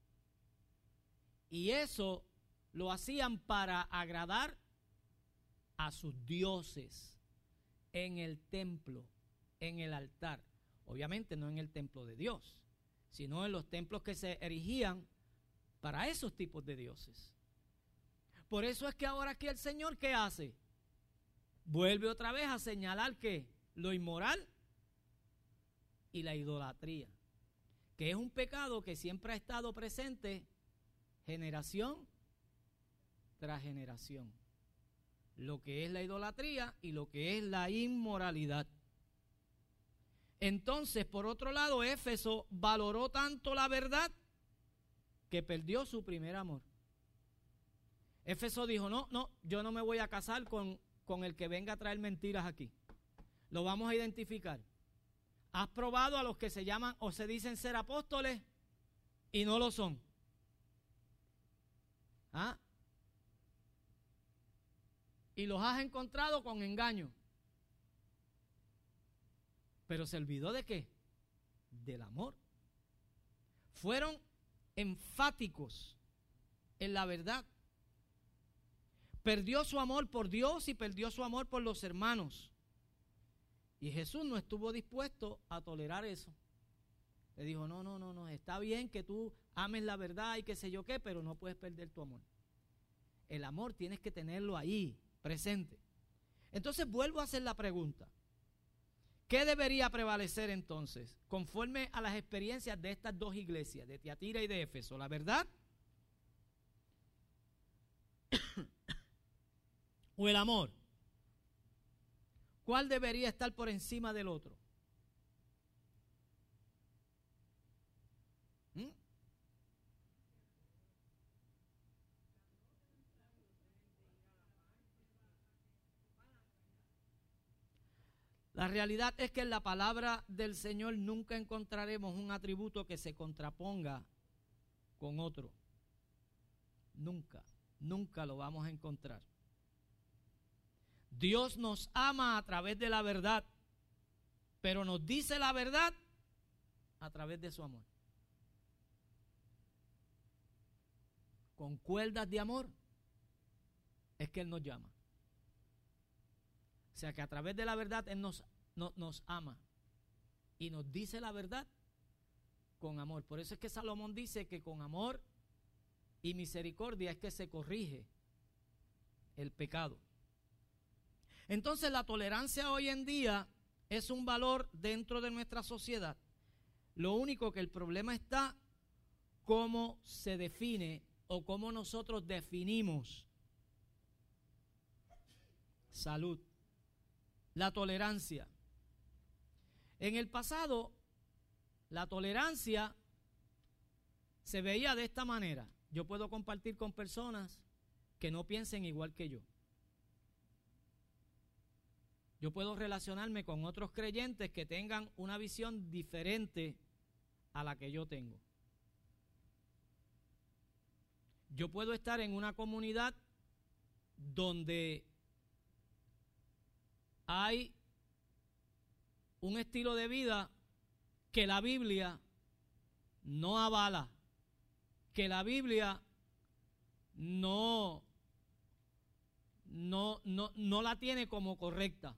Y eso lo hacían para agradar a sus dioses en el templo, en el altar. Obviamente no en el templo de Dios, sino en los templos que se erigían para esos tipos de dioses. Por eso es que ahora aquí el Señor, ¿qué hace? Vuelve otra vez a señalar que lo inmoral y la idolatría, que es un pecado que siempre ha estado presente generación tras generación. Lo que es la idolatría y lo que es la inmoralidad. Entonces, por otro lado, Éfeso valoró tanto la verdad que perdió su primer amor. Éfeso dijo, no, no, yo no me voy a casar con, con el que venga a traer mentiras aquí. Lo vamos a identificar. ¿Has probado a los que se llaman o se dicen ser apóstoles y no lo son? ¿Ah? Y los has encontrado con engaño. Pero se olvidó de qué? Del amor. Fueron enfáticos en la verdad. Perdió su amor por Dios y perdió su amor por los hermanos. Y Jesús no estuvo dispuesto a tolerar eso. Le dijo, no, no, no, no, está bien que tú ames la verdad y qué sé yo qué, pero no puedes perder tu amor. El amor tienes que tenerlo ahí, presente. Entonces vuelvo a hacer la pregunta. ¿Qué debería prevalecer entonces, conforme a las experiencias de estas dos iglesias, de Tiatira y de Éfeso? ¿La verdad o el amor? ¿Cuál debería estar por encima del otro? ¿Mm? La realidad es que en la palabra del Señor nunca encontraremos un atributo que se contraponga con otro. Nunca, nunca lo vamos a encontrar. Dios nos ama a través de la verdad, pero nos dice la verdad a través de su amor. Con cuerdas de amor es que Él nos llama. O sea que a través de la verdad Él nos, no, nos ama y nos dice la verdad con amor. Por eso es que Salomón dice que con amor y misericordia es que se corrige el pecado. Entonces la tolerancia hoy en día es un valor dentro de nuestra sociedad. Lo único que el problema está cómo se define o cómo nosotros definimos salud. La tolerancia. En el pasado, la tolerancia se veía de esta manera. Yo puedo compartir con personas que no piensen igual que yo. Yo puedo relacionarme con otros creyentes que tengan una visión diferente a la que yo tengo. Yo puedo estar en una comunidad donde hay un estilo de vida que la Biblia no avala, que la Biblia no, no, no, no la tiene como correcta.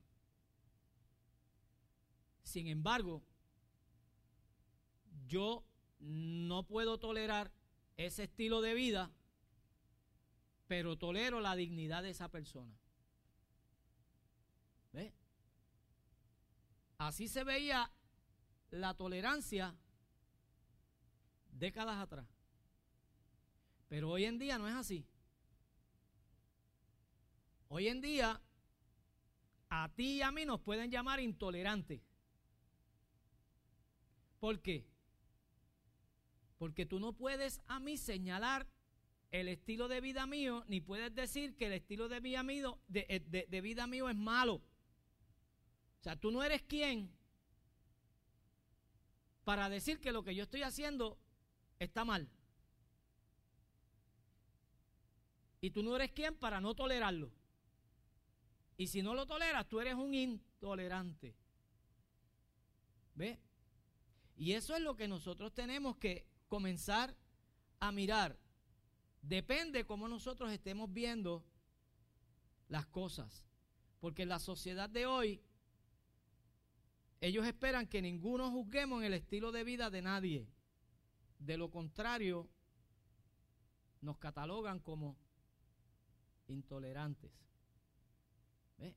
Sin embargo, yo no puedo tolerar ese estilo de vida, pero tolero la dignidad de esa persona. ¿Ve? Así se veía la tolerancia décadas atrás. Pero hoy en día no es así. Hoy en día a ti y a mí nos pueden llamar intolerantes. ¿Por qué? Porque tú no puedes a mí señalar el estilo de vida mío, ni puedes decir que el estilo de vida mío, de, de, de vida mío es malo. O sea, tú no eres quien para decir que lo que yo estoy haciendo está mal. Y tú no eres quien para no tolerarlo. Y si no lo toleras, tú eres un intolerante. ¿Ves? Y eso es lo que nosotros tenemos que comenzar a mirar. Depende cómo nosotros estemos viendo las cosas. Porque en la sociedad de hoy, ellos esperan que ninguno juzguemos en el estilo de vida de nadie. De lo contrario, nos catalogan como intolerantes. ¿Ve?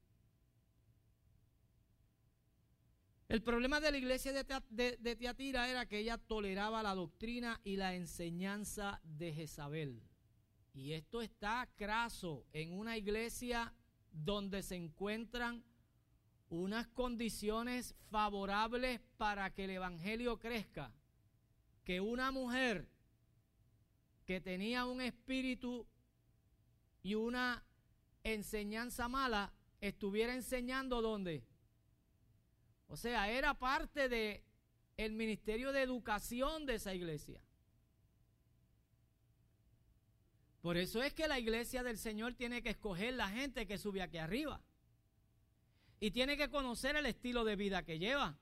El problema de la iglesia de, de, de Tiatira era que ella toleraba la doctrina y la enseñanza de Jezabel. Y esto está craso en una iglesia donde se encuentran unas condiciones favorables para que el evangelio crezca. Que una mujer que tenía un espíritu y una enseñanza mala estuviera enseñando ¿dónde? O sea, era parte de el ministerio de educación de esa iglesia. Por eso es que la iglesia del Señor tiene que escoger la gente que sube aquí arriba. Y tiene que conocer el estilo de vida que lleva.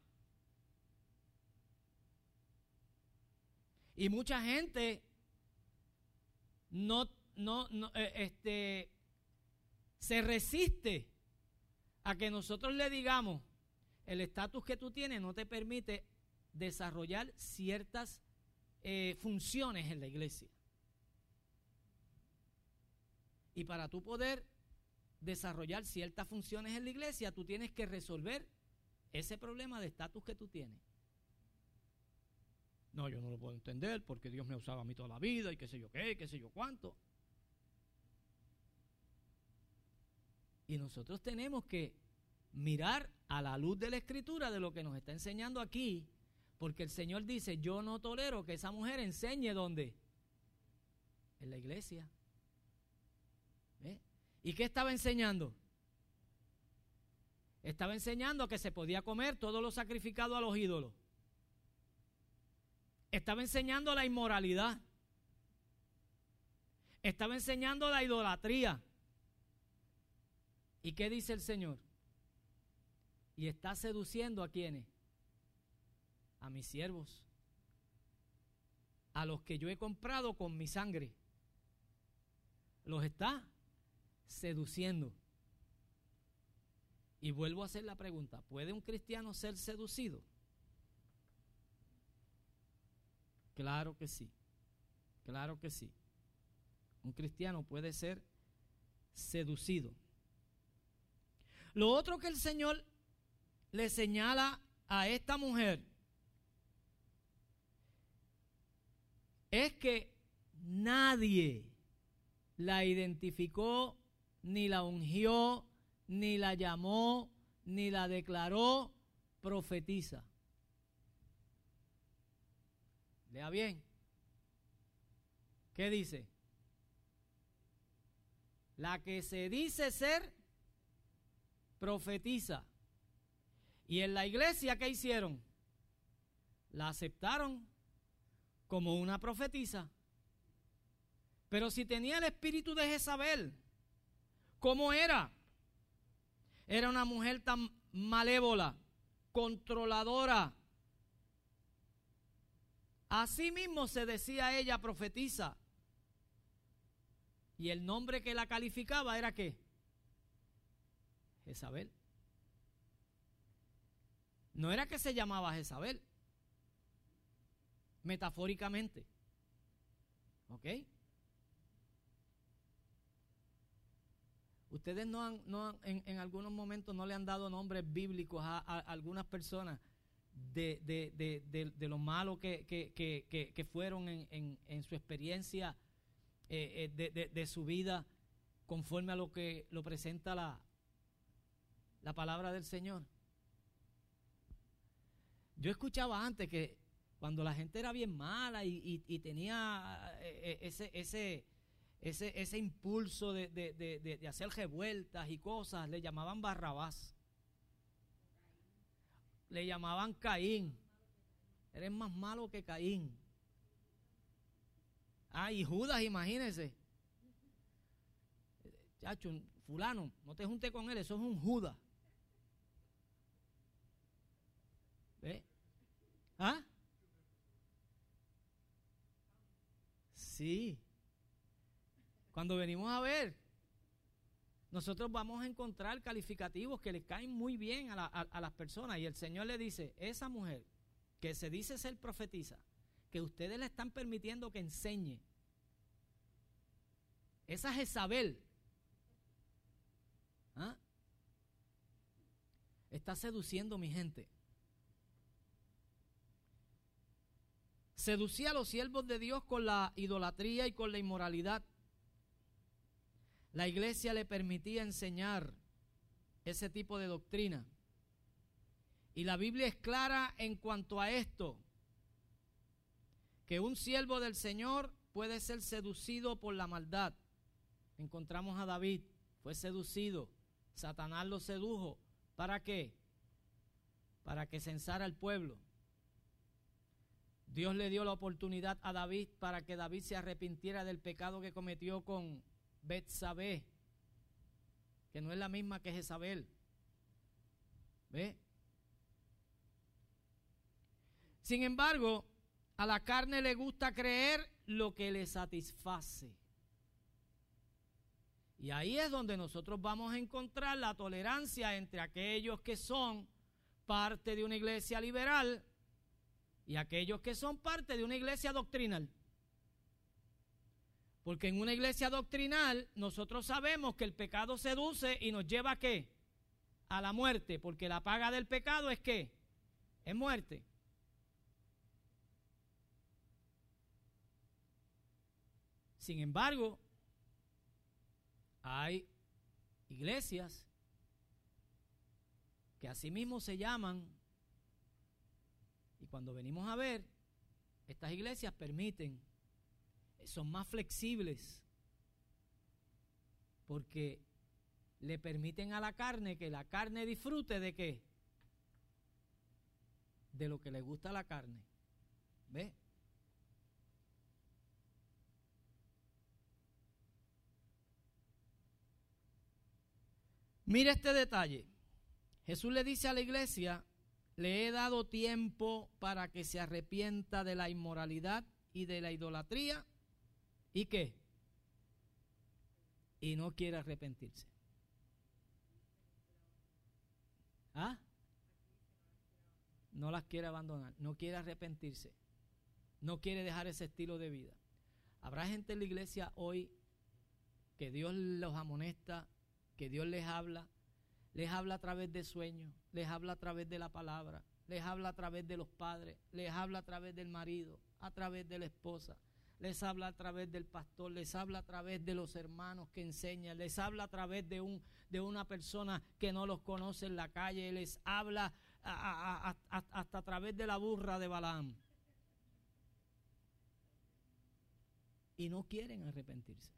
Y mucha gente no, no, no eh, este, se resiste a que nosotros le digamos, el estatus que tú tienes no te permite desarrollar ciertas eh, funciones en la iglesia. Y para tú poder desarrollar ciertas funciones en la iglesia, tú tienes que resolver ese problema de estatus que tú tienes. No, yo no lo puedo entender porque Dios me usaba a mí toda la vida y qué sé yo qué, qué sé yo cuánto. Y nosotros tenemos que mirar a la luz de la Escritura de lo que nos está enseñando aquí, porque el Señor dice, yo no tolero que esa mujer enseñe ¿dónde? En la iglesia. ¿Eh? ¿Y qué estaba enseñando? Estaba enseñando que se podía comer todo lo sacrificado a los ídolos. Estaba enseñando la inmoralidad. Estaba enseñando la idolatría. ¿Y qué dice el Señor? Y está seduciendo ¿a quiénes? A mis siervos. A los que yo he comprado con mi sangre. Los está seduciendo. Y vuelvo a hacer la pregunta, ¿puede un cristiano ser seducido? Claro que sí, claro que sí. Un cristiano puede ser seducido. Lo otro que el Señor le señala a esta mujer es que nadie la identificó, ni la ungió, ni la llamó, ni la declaró profetisa. Lea bien. ¿Qué dice? La que se dice ser profetiza. Y en la iglesia, ¿qué hicieron? La aceptaron como una profetisa. Pero si tenía el espíritu de Jezabel, ¿cómo era? Era una mujer tan malévola, controladora. Así mismo se decía ella profetisa. Y el nombre que la calificaba era ¿qué? Jezabel. No era que se llamaba Jezabel, metafóricamente. ¿Ok? Ustedes no han, no han, en, en algunos momentos no le han dado nombres bíblicos a, a, a algunas personas de, de, de, de, de lo malo que, que, que, que, que fueron en, en, en su experiencia eh, de, de, de su vida, conforme a lo que lo presenta la, la palabra del Señor. Yo escuchaba antes que cuando la gente era bien mala y, y, y tenía ese, ese, ese, ese impulso de, de, de, de hacer revueltas y cosas, le llamaban Barrabás, le llamaban Caín. Eres más malo que Caín. Ah, y Judas, imagínense. Chacho, fulano, no te juntes con él, eso es un Judas. ¿Ve? ¿Ah? Sí. Cuando venimos a ver, nosotros vamos a encontrar calificativos que le caen muy bien a, la, a, a las personas. Y el Señor le dice, esa mujer que se dice ser profetisa, que ustedes le están permitiendo que enseñe, esa Jezabel, ¿ah? Está seduciendo a mi gente. Seducía a los siervos de Dios con la idolatría y con la inmoralidad. La iglesia le permitía enseñar ese tipo de doctrina. Y la Biblia es clara en cuanto a esto, que un siervo del Señor puede ser seducido por la maldad. Encontramos a David, fue seducido, Satanás lo sedujo. ¿Para qué? Para que censara al pueblo. Dios le dio la oportunidad a David para que David se arrepintiera del pecado que cometió con Betsabé, que no es la misma que Jezabel. ¿Ve? Sin embargo, a la carne le gusta creer lo que le satisface. Y ahí es donde nosotros vamos a encontrar la tolerancia entre aquellos que son parte de una iglesia liberal y aquellos que son parte de una iglesia doctrinal. Porque en una iglesia doctrinal nosotros sabemos que el pecado seduce y nos lleva ¿a qué? A la muerte, porque la paga del pecado es ¿qué? Es muerte. Sin embargo, hay iglesias que asimismo se llaman, y cuando venimos a ver, estas iglesias permiten, son más flexibles, porque le permiten a la carne que la carne disfrute de qué, de lo que le gusta a la carne. ¿Ve? Mira este detalle. Jesús le dice a la iglesia, le he dado tiempo para que se arrepienta de la inmoralidad y de la idolatría. ¿Y qué? Y no quiere arrepentirse. ¿Ah? No las quiere abandonar, no quiere arrepentirse, no quiere dejar ese estilo de vida. Habrá gente en la iglesia hoy que Dios los amonesta, que Dios les habla, les habla a través de sueños, les habla a través de la palabra, les habla a través de los padres, les habla a través del marido, a través de la esposa, les habla a través del pastor, les habla a través de los hermanos que enseñan, les habla a través de, un, de una persona que no los conoce en la calle, les habla a, a, a, a, hasta a través de la burra de Balaam. Y no quieren arrepentirse.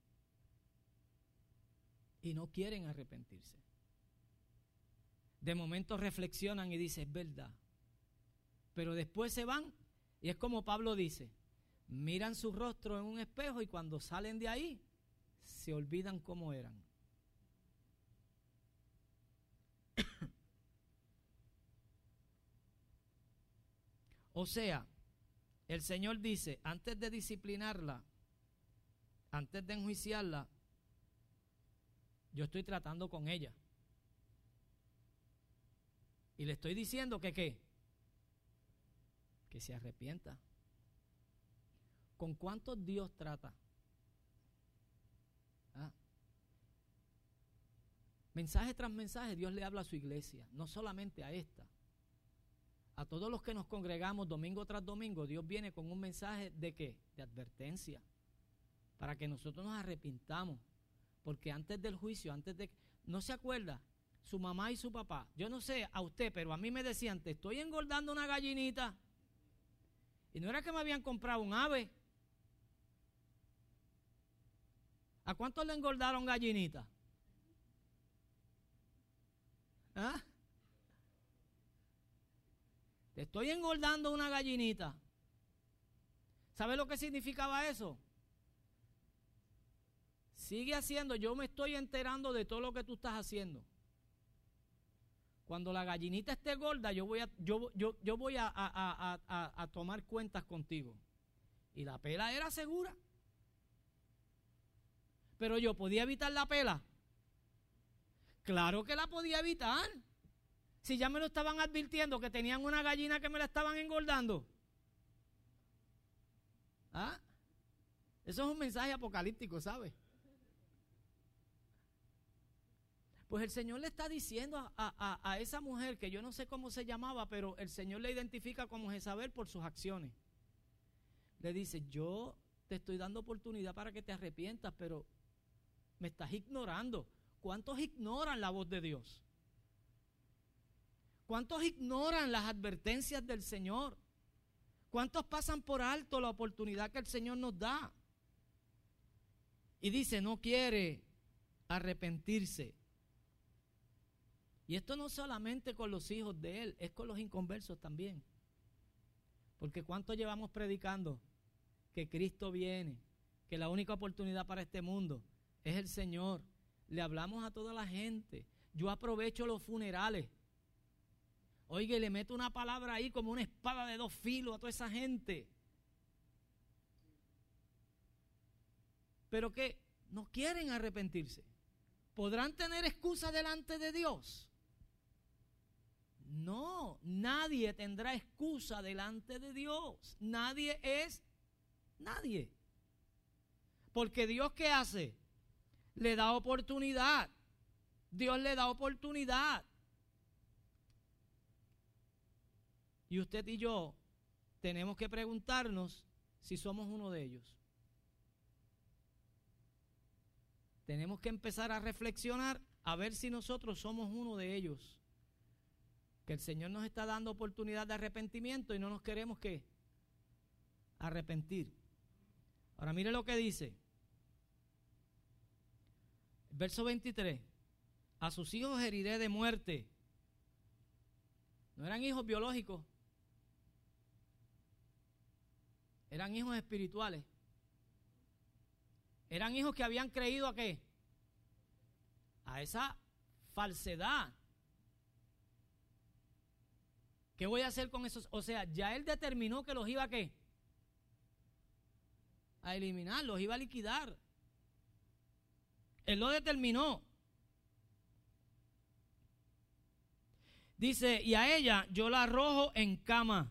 Y no quieren arrepentirse. De momento reflexionan y dicen, es verdad. Pero después se van y es como Pablo dice, miran su rostro en un espejo y cuando salen de ahí, se olvidan cómo eran. O sea, el Señor dice, antes de disciplinarla, antes de enjuiciarla, yo estoy tratando con ella. Y le estoy diciendo que ¿qué? Que se arrepienta. ¿Con cuántos Dios trata? ¿Ah? Mensaje tras mensaje Dios le habla a su iglesia, no solamente a esta. A todos los que nos congregamos domingo tras domingo, Dios viene con un mensaje de ¿qué? De advertencia, para que nosotros nos arrepintamos, porque antes del juicio, antes de... ¿No se acuerda? Su mamá y su papá, yo no sé a usted, pero a mí me decían, te estoy engordando una gallinita, y no era que me habían comprado un ave. ¿A cuántos le engordaron gallinita? ¿Ah? Te estoy engordando una gallinita. ¿Sabe lo que significaba eso? Sigue haciendo, yo me estoy enterando de todo lo que tú estás haciendo. Cuando la gallinita esté gorda, yo voy a, yo, yo, yo voy a, a, a, a, a tomar cuentas contigo. Y la pela era segura. Pero yo podía evitar la pela. Claro que la podía evitar. Si ya me lo estaban advirtiendo que tenían una gallina que me la estaban engordando. ¿Ah? Eso es un mensaje apocalíptico, ¿sabe? Pues el Señor le está diciendo a, a, a esa mujer, que yo no sé cómo se llamaba, pero el Señor le identifica como Jezabel por sus acciones. Le dice, yo te estoy dando oportunidad para que te arrepientas, pero me estás ignorando. ¿Cuántos ignoran la voz de Dios? ¿Cuántos ignoran las advertencias del Señor? ¿Cuántos pasan por alto la oportunidad que el Señor nos da? Y dice, no quiere arrepentirse. Y esto no solamente con los hijos de Él, es con los inconversos también. Porque ¿cuánto llevamos predicando? Que Cristo viene, que la única oportunidad para este mundo es el Señor. Le hablamos a toda la gente. Yo aprovecho los funerales. Oiga, y le meto una palabra ahí como una espada de dos filos a toda esa gente. Pero que no quieren arrepentirse. ¿Podrán tener excusa delante de Dios? No, nadie tendrá excusa delante de Dios. Nadie es nadie. Porque Dios, ¿qué hace? Le da oportunidad. Dios le da oportunidad. Y usted y yo tenemos que preguntarnos si somos uno de ellos. Tenemos que empezar a reflexionar a ver si nosotros somos uno de ellos. Que el Señor nos está dando oportunidad de arrepentimiento y no nos queremos ¿qué? Arrepentir. Ahora mire lo que dice. Verso veintitrés. A sus hijos heriré de muerte. No eran hijos biológicos. Eran hijos espirituales. Eran hijos que habían creído ¿a qué? A esa falsedad. ¿Qué voy a hacer con esos? O sea, ya Él determinó que los iba ¿a qué? A eliminar, los iba a liquidar. Él lo determinó. Dice, y a ella yo la arrojo en cama.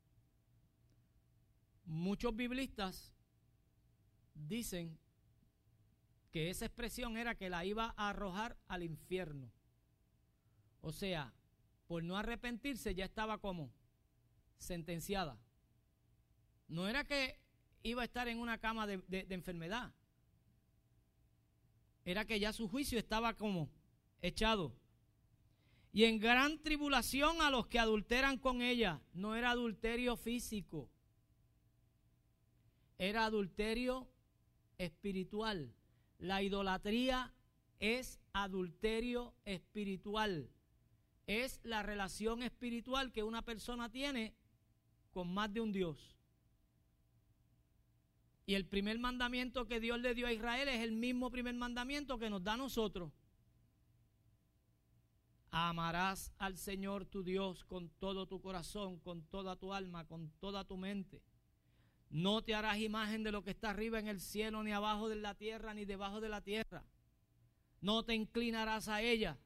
Muchos biblistas dicen que esa expresión era que la iba a arrojar al infierno. O sea, por no arrepentirse ya estaba como sentenciada. No era que iba a estar en una cama de, de, de enfermedad. Era que ya su juicio estaba como echado. Y en gran tribulación a los que adulteran con ella. No era adulterio físico, era adulterio espiritual. La idolatría es adulterio espiritual. Es la relación espiritual que una persona tiene con más de un Dios. Y el primer mandamiento que Dios le dio a Israel es el mismo primer mandamiento que nos da a nosotros. Amarás al Señor tu Dios con todo tu corazón, con toda tu alma, con toda tu mente. No te harás imagen de lo que está arriba en el cielo, ni abajo de la tierra, ni debajo de la tierra. No te inclinarás a ella.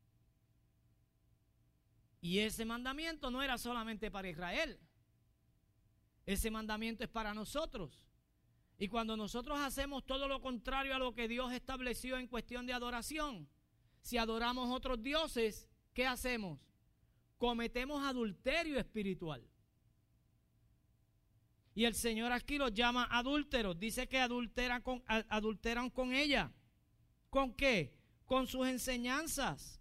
Y ese mandamiento no era solamente para Israel. Ese mandamiento es para nosotros. Y cuando nosotros hacemos todo lo contrario a lo que Dios estableció en cuestión de adoración, si adoramos otros dioses, ¿qué hacemos? Cometemos adulterio espiritual. Y el Señor aquí los llama adúlteros. Dice que adulteran con, adulteran con ella. ¿Con qué? Con sus enseñanzas.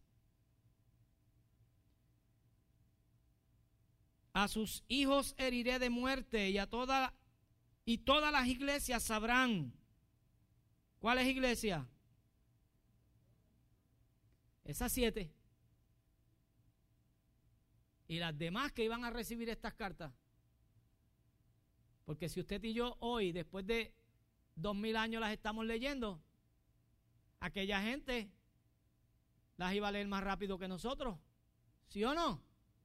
A sus hijos heriré de muerte y a toda y todas las iglesias sabrán. ¿Cuáles iglesias? Esas siete. Y las demás que iban a recibir estas cartas. Porque si usted y yo hoy, después de dos mil años, las estamos leyendo, aquella gente las iba a leer más rápido que nosotros. ¿Sí o no?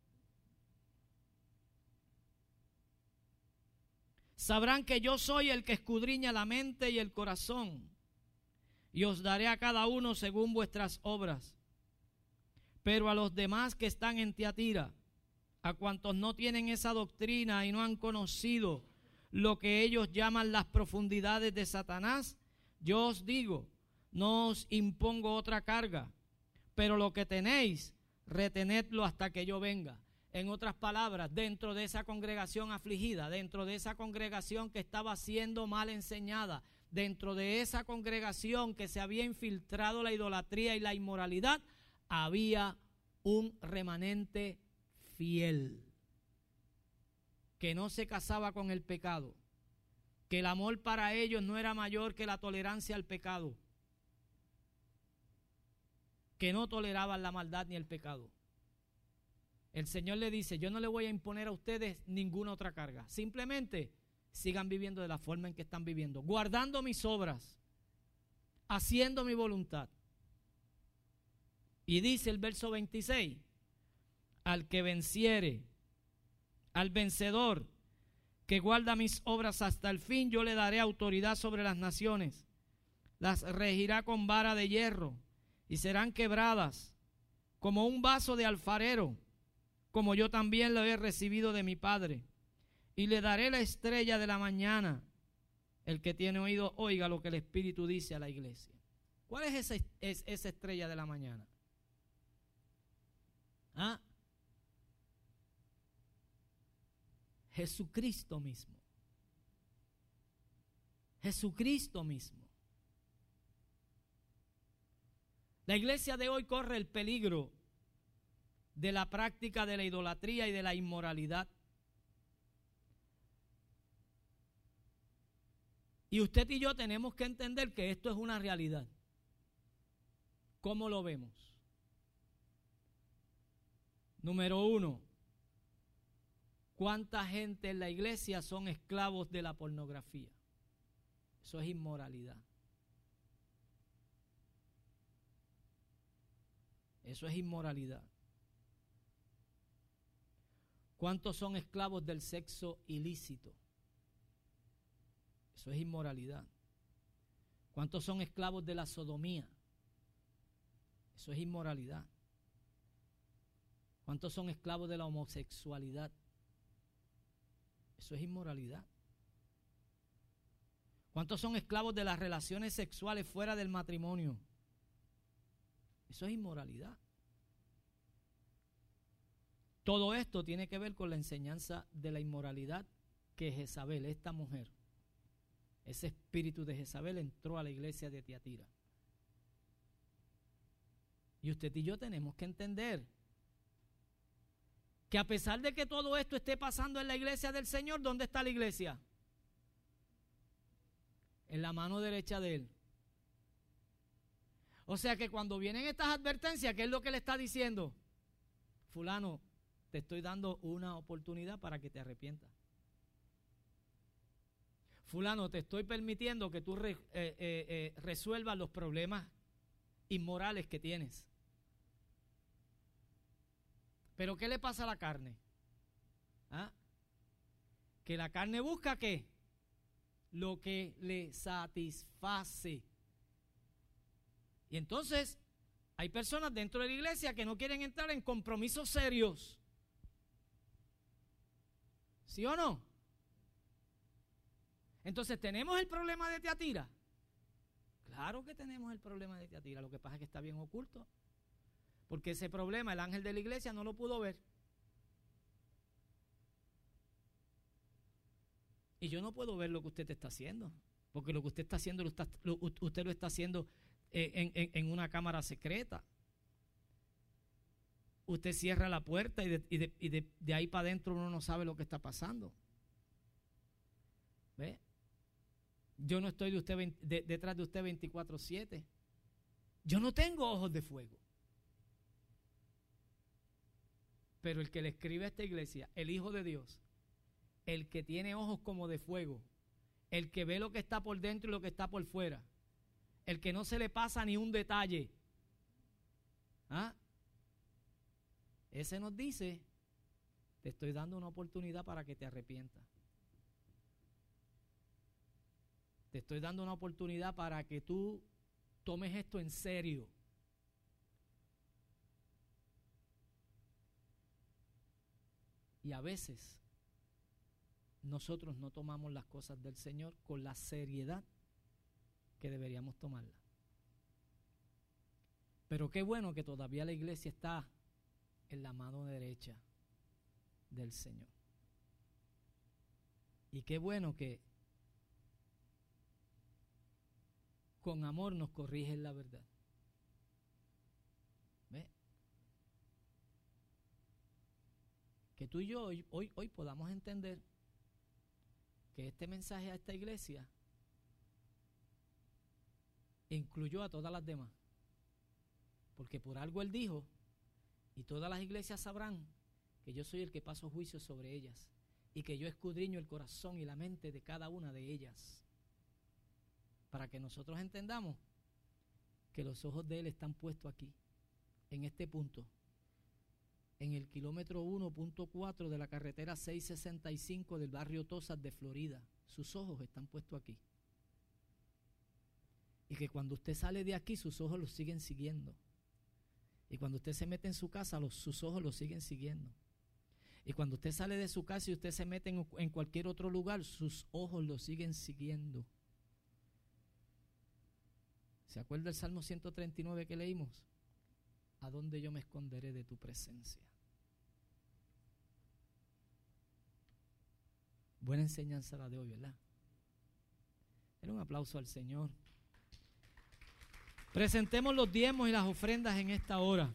Sabrán que yo soy el que escudriña la mente y el corazón, y os daré a cada uno según vuestras obras. Pero a los demás que están en Tiatira, a cuantos no tienen esa doctrina y no han conocido lo que ellos llaman las profundidades de Satanás, yo os digo, no os impongo otra carga, pero lo que tenéis, retenedlo hasta que yo venga. En otras palabras, dentro de esa congregación afligida, dentro de esa congregación que estaba siendo mal enseñada, dentro de esa congregación que se había infiltrado la idolatría y la inmoralidad, había un remanente fiel, que no se casaba con el pecado, que el amor para ellos no era mayor que la tolerancia al pecado, que no toleraban la maldad ni el pecado. El Señor le dice, yo no le voy a imponer a ustedes ninguna otra carga. Simplemente sigan viviendo de la forma en que están viviendo, guardando mis obras, haciendo mi voluntad. Y dice el verso veintiséis, al que venciere, al vencedor, que guarda mis obras hasta el fin, yo le daré autoridad sobre las naciones. Las regirá con vara de hierro y serán quebradas como un vaso de alfarero, como yo también lo he recibido de mi Padre. Y le daré la estrella de la mañana. El que tiene oído, oiga lo que el Espíritu dice a la iglesia. ¿Cuál es esa, es esa estrella de la mañana? ¿Ah? Jesucristo mismo. Jesucristo mismo. La iglesia de hoy corre el peligro de la práctica de la idolatría y de la inmoralidad. Y usted y yo tenemos que entender que esto es una realidad. ¿Cómo lo vemos? Número uno, ¿cuánta gente en la iglesia son esclavos de la pornografía? Eso es inmoralidad. Eso es inmoralidad. ¿Cuántos son esclavos del sexo ilícito? Eso es inmoralidad. ¿Cuántos son esclavos de la sodomía? Eso es inmoralidad. ¿Cuántos son esclavos de la homosexualidad? Eso es inmoralidad. ¿Cuántos son esclavos de las relaciones sexuales fuera del matrimonio? Eso es inmoralidad. Todo esto tiene que ver con la enseñanza de la inmoralidad que Jezabel, esta mujer, Ese espíritu de Jezabel entró a la iglesia de Tiatira. Y usted y yo tenemos que entender que a pesar de que todo esto esté pasando en la iglesia del Señor, ¿dónde está la iglesia? En la mano derecha de Él. O sea que cuando vienen estas advertencias, ¿qué es lo que le está diciendo? Fulano, te estoy dando una oportunidad para que te arrepientas. Fulano, te estoy permitiendo que tú re, eh, eh, eh, resuelvas los problemas inmorales que tienes. Pero ¿qué le pasa a la carne? ¿Ah? Que la carne busca ¿qué? Lo que le satisface. Y entonces hay personas dentro de la iglesia que no quieren entrar en compromisos serios. ¿Sí o no? Entonces, ¿tenemos el problema de Tiatira? Claro que tenemos el problema de Tiatira. Lo que pasa es que está bien oculto. Porque ese problema el ángel de la iglesia no lo pudo ver. Y yo no puedo ver lo que usted está haciendo. Porque lo que usted está haciendo, lo está, lo, usted lo está haciendo eh, en, en, en una cámara secreta. Usted cierra la puerta y de, y de, y de, de ahí para adentro uno no sabe lo que está pasando. ¿Ve? Yo no estoy de usted, de, detrás de usted veinticuatro siete. Yo no tengo ojos de fuego. Pero el que le escribe a esta iglesia, el Hijo de Dios, el que tiene ojos como de fuego, el que ve lo que está por dentro y lo que está por fuera, el que no se le pasa ni un detalle, ¿ah? Ese nos dice, te estoy dando una oportunidad para que te arrepientas. Te estoy dando una oportunidad para que tú tomes esto en serio. Y a veces nosotros no tomamos las cosas del Señor con la seriedad que deberíamos tomarla. Pero qué bueno que todavía la iglesia está en la mano derecha del Señor. Y qué bueno que con amor nos corrigen la verdad. ¿Ve? Que tú y yo hoy, hoy, hoy podamos entender que este mensaje a esta iglesia incluyó a todas las demás. Porque por algo Él dijo, y todas las iglesias sabrán que yo soy el que paso juicio sobre ellas y que yo escudriño el corazón y la mente de cada una de ellas. Para que nosotros entendamos que los ojos de Él están puestos aquí, en este punto, en el kilómetro uno punto cuatro de la carretera seiscientos sesenta y cinco del barrio Tosas de Florida. Sus ojos están puestos aquí. Y que cuando usted sale de aquí, sus ojos los siguen siguiendo. Y cuando usted se mete en su casa, los, sus ojos los siguen siguiendo. Y cuando usted sale de su casa y usted se mete en, en cualquier otro lugar, sus ojos los siguen siguiendo. ¿Se acuerda el Salmo ciento treinta y nueve que leímos? ¿A dónde yo me esconderé de tu presencia? Buena enseñanza la de hoy, ¿verdad? Denle un aplauso al Señor. Presentemos los diezmos y las ofrendas en esta hora.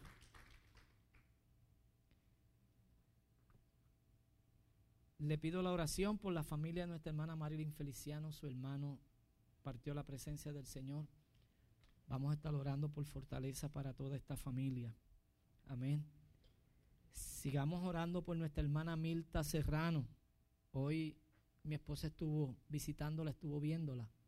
Le pido la oración por la familia de nuestra hermana Marilyn Feliciano. Su hermano partió a la presencia del Señor. Vamos a estar orando por fortaleza para toda esta familia. Amén. Sigamos orando por nuestra hermana Milta Serrano. Hoy mi esposa estuvo visitándola, estuvo viéndola.